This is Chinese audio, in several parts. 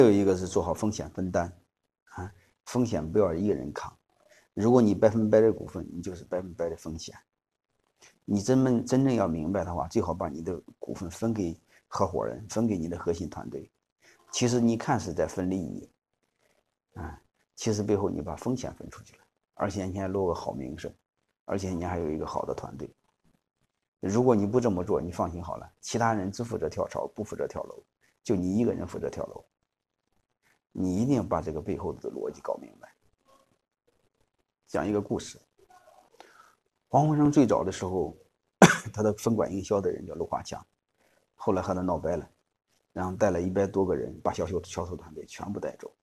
还有一个是做好风险分担啊，风险不要一个人扛。如果你100%的股份，你就是100%的风险。你真正要明白的话，最好把你的股份分给合伙人，分给你的核心团队。其实你看是在分利益，其实背后你把风险分出去了，而且你还落个好名声，而且你还有一个好的团队。如果你不这么做，你放心好了，其他人只负责跳槽，不负责跳楼，就你一个人负责跳楼。你一定要把这个背后的逻辑搞明白。讲一个故事，黄鸿升最早的时候，他的分管营销的人叫陆华强，后来和他闹掰了，然后带了100多个人，把销售团队全部带走，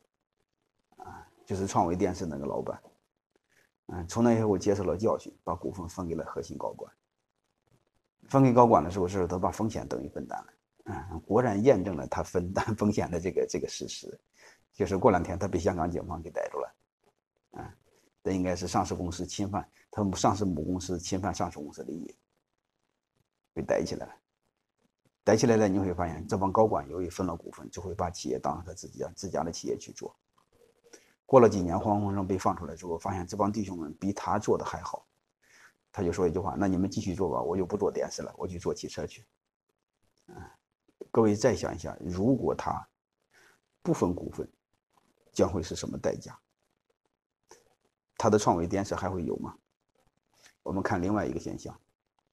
就是创维电视那个老板，从那以后我接受了教训，把股份分给了核心高管。分给高管的时候，他把风险等于分担了，果然验证了他分担风险的这个事实，就是过2天他被香港警方给逮住了，这应该是上市公司侵犯他们上市母公司侵犯上市公司利益，被逮起来了。逮起来了，你会发现这帮高管由于分了股份，就会把企业当成他自家的企业去做。过了几年，黄鸿升被放出来之后，发现这帮弟兄们比他做的还好，他就说一句话：“那你们继续做吧，我就不做电视了，我去做汽车去。”各位再想一下，如果他不分股份，将会是什么代价？他的创维电视还会有吗？我们看另外一个现象，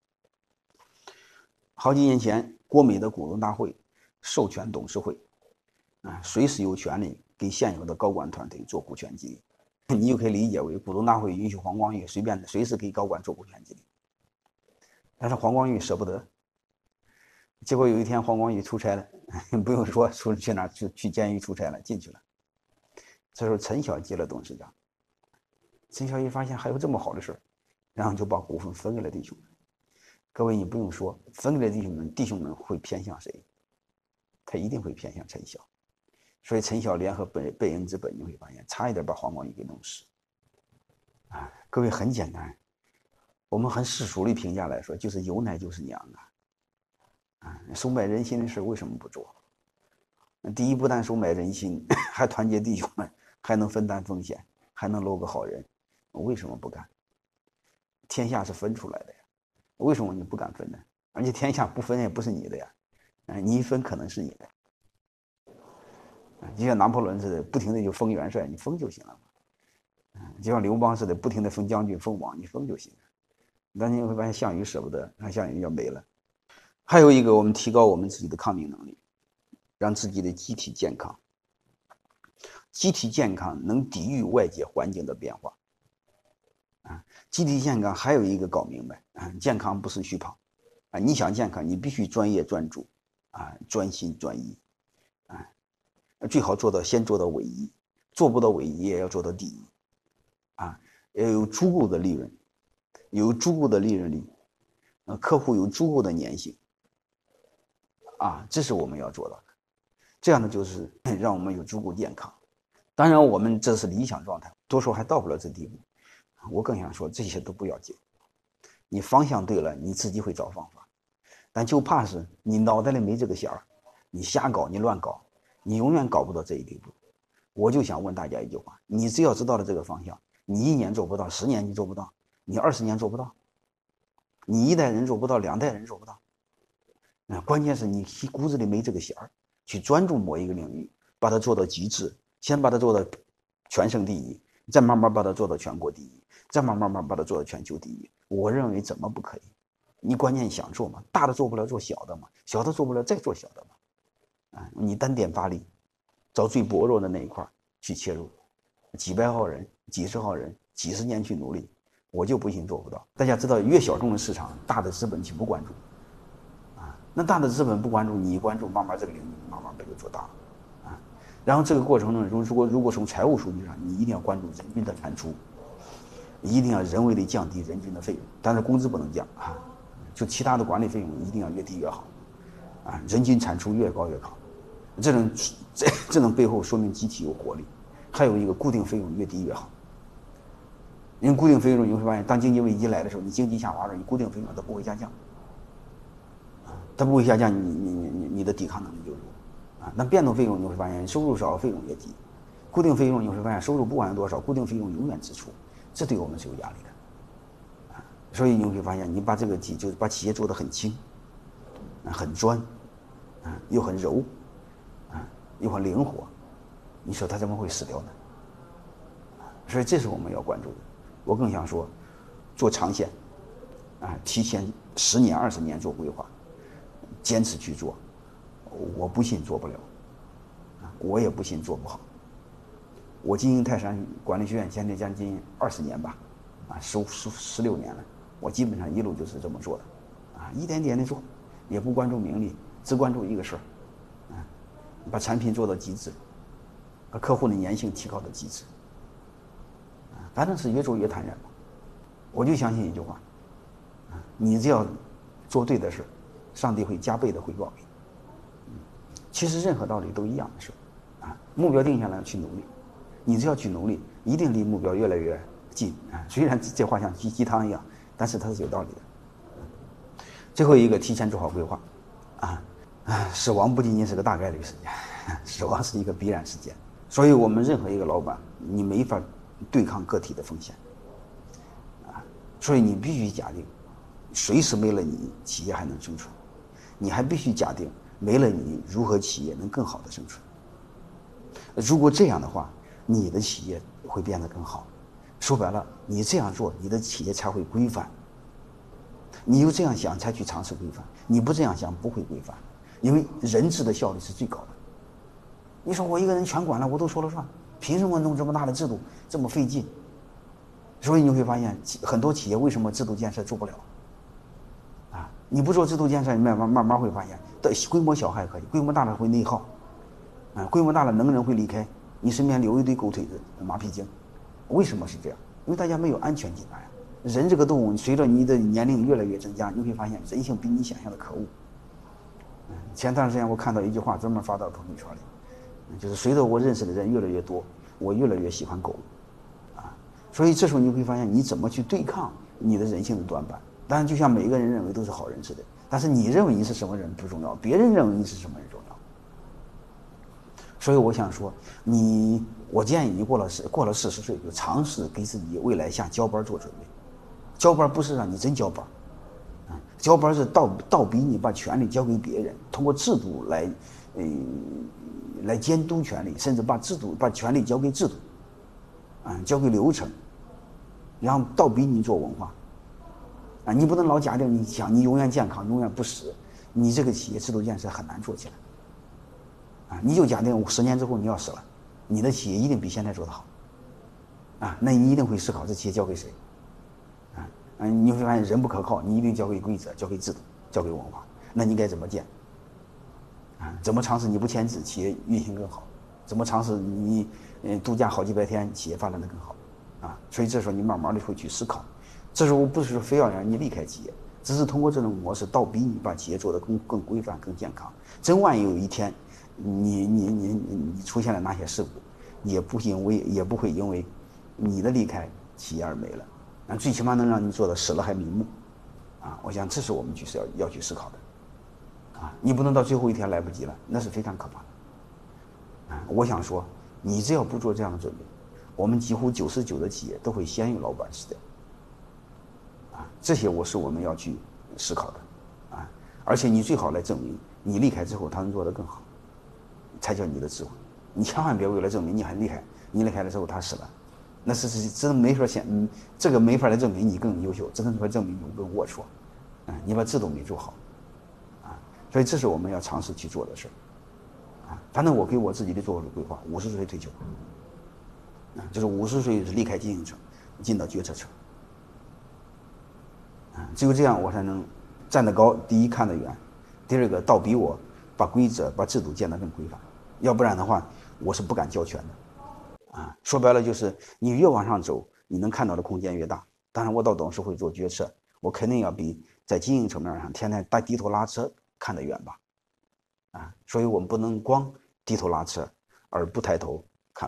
好几年前，国美的股东大会授权董事会，随时有权利给现有的高管团队做股权激励，你就可以理解为股东大会允许黄光裕随时给高管做股权激励，但是黄光裕舍不得。结果有一天黄光裕出差了，不用说去哪去监狱出差了，进去了。这时候陈晓接了董事长，陈晓一发现还有这么好的事，然后就把股份分给了弟兄们。各位你不用说，分给了弟兄们，弟兄们会偏向谁？他一定会偏向陈晓。所以陈晓联合贝恩资本，你会发现差一点把黄光裕给弄死。各位很简单，我们很世俗的评价来说，就是有奶就是娘收买人心的事为什么不做？第一，不但收买人心，还团结弟兄们，还能分担风险，还能落个好人，为什么不干？天下是分出来的呀，为什么你不敢分呢？而且天下不分也不是你的呀，你一分可能是你的。就像拿破仑似的，不停的就封元帅，你封就行了嘛。就像刘邦似的，不停的封将军、封王，你封就行了。但你会发现项羽舍不得，项羽要没了。还有一个，我们提高我们自己的抗病能力，让自己的机体健康。机体健康能抵御外界环境的变化。机体健康还有一个搞明白，健康不是虚跑，你想健康，你必须专业专注，专心专一，最好先做到唯一，做不到唯一也要做到第一，要有足够的利润，有足够的利润率，客户有足够的粘性，这是我们要做到的。这样的就是让我们有足够健康。当然，我们这是理想状态，多数还到不了这地步。我更想说，这些都不要紧，你方向对了，你自己会找方法。但就怕是你脑袋里没这个弦儿，你瞎搞，你乱搞，你永远搞不到这一地步。我就想问大家一句话：你只要知道了这个方向，你1年做不到，10年你做不到，你20年做不到，你1代人做不到，2代人做不到。关键是你骨子里没这个弦儿，去专注某一个领域，把它做到极致，先把它做到全省第一，再慢慢把它做到全国第一，再慢慢把它做到全球第一。我认为怎么不可以？你关键想做嘛，大的做不了做小的嘛，小的做不了再做小的嘛。你单点发力，找最薄弱的那一块去切入，几百号人、几十号人、几十年去努力，我就不信做不到。大家知道，越小众的市场，大的资本就不关注。那大的资本不关注，你一关注，慢慢这个领域慢慢被做大了。然后这个过程中，如果从财务数据上，你一定要关注人均的产出，一定要人为的降低人均的费用，但是工资不能降就其他的管理费用一定要越低越好，人均产出越高越好。这种背后说明机体有活力。还有一个固定费用越低越好，因为固定费用你会发现，当经济危机来的时候，你经济下滑的时候，你固定费用它不会下降，它不会下降，你的抵抗能力就弱。 那变动费用你会发现收入少，费用越低；固定费用你会发现收入不管多少，固定费用永远支出，这对我们是有压力的。所以你会发现，你把这个就是把企业做得很轻，很专，又很柔，又很灵活，你说它怎么会死掉呢？所以这是我们要关注的。我更想说，做长线，提前10年、20年做规划，坚持去做，我不信做不了，我也不信做不好。我经营泰山管理学院现在将近20年吧，16年了。我基本上一路就是这么做的，一点点的做，也不关注名利，只关注一个事儿，把产品做到极致，把客户的粘性提高到极致，反正是越做越坦然嘛。我就相信一句话，你只要做对的事，上帝会加倍的回报给你。其实任何道理都一样的事，目标定下来去努力，你只要去努力，一定离目标越来越近。虽然这话像鸡汤一样，但是它是有道理的。最后一个，提前做好规划，死亡不仅仅是个大概率事件，死亡是一个必然事件。所以我们任何一个老板，你没法对抗个体的风险，所以你必须假定，随时没了你，企业还能生存；你还必须假定，没了你，如何企业能更好的生存。如果这样的话，你的企业会变得更好。说白了，你这样做，你的企业才会规范。你又这样想，才去尝试规范。你不这样想，不会规范，因为人治的效率是最高的。你说我一个人全管了，我都说了算，凭什么弄这么大的制度，这么费劲？所以你会发现，很多企业为什么制度建设做不了？你不做制度建设，你慢慢会发现，规模小还可以，规模大了会内耗，规模大了能人会离开，你身边留一堆狗腿子、马屁精。为什么是这样？因为大家没有安全紧张呀。人这个动物，随着你的年龄越来越增加，你会发现人性比你想象的可恶。前段时间我看到一句话，专门发到朋友圈里，就是随着我认识的人越来越多，我越来越喜欢狗，所以这时候你会发现，你怎么去对抗你的人性的短板？当然，就像每个人认为都是好人似的，但是你认为你是什么人不重要，别人认为你是什么人重要。所以我想说，我建议你过了40岁，就尝试给自己未来下交班做准备。交班不是让你真交班，交班是倒逼你把权力交给别人，通过制度来监督权力，甚至把权力交给制度，交给流程，然后倒逼你做文化。你不能老假定你永远健康，永远不死，你这个企业制度建设很难做起来。你就假定10年之后你要死了，你的企业一定比现在做得好。那你一定会思考这企业交给谁？你会发现人不可靠，你一定交给规则，交给制度，交给文化。那你该怎么建？怎么尝试你不签字，企业运行更好？怎么尝试你度假好几百天，企业发展的更好？所以这时候你慢慢的会去思考。这时候不是说非要让你离开企业，只是通过这种模式倒逼你把企业做得更规范、更健康。真万一有一天，你出现了哪些事故，也不会因为你的离开企业而没了。最起码能让你做到死了还瞑目。我想这是我们要去思考的。你不能到最后一天来不及了，那是非常可怕的。我想说，你只要不做这样的准备，我们几乎99%的企业都会先有老板死掉。这些是我们要去思考的。而且你最好来证明你离开之后他能做得更好，才叫你的智慧。你千万别为了证明你很厉害，你离开了之后他死了，那是真没法这个没法来证明你更优秀，只能说证明你更龌龊。你把制度没做好。所以这是我们要尝试去做的事。反正我给我自己的做规划，50岁退休，就是50岁是离开经营层，进到决策层。只有这样我才能站得高，第一看得远，第二个倒逼我把规则把制度建得更规范。要不然的话，我是不敢交权的。说白了就是你越往上走，你能看到的空间越大。当然我到董事会做决策，我肯定要比在经营层面上天天低头拉车看得远吧。所以我们不能光低头拉车而不抬头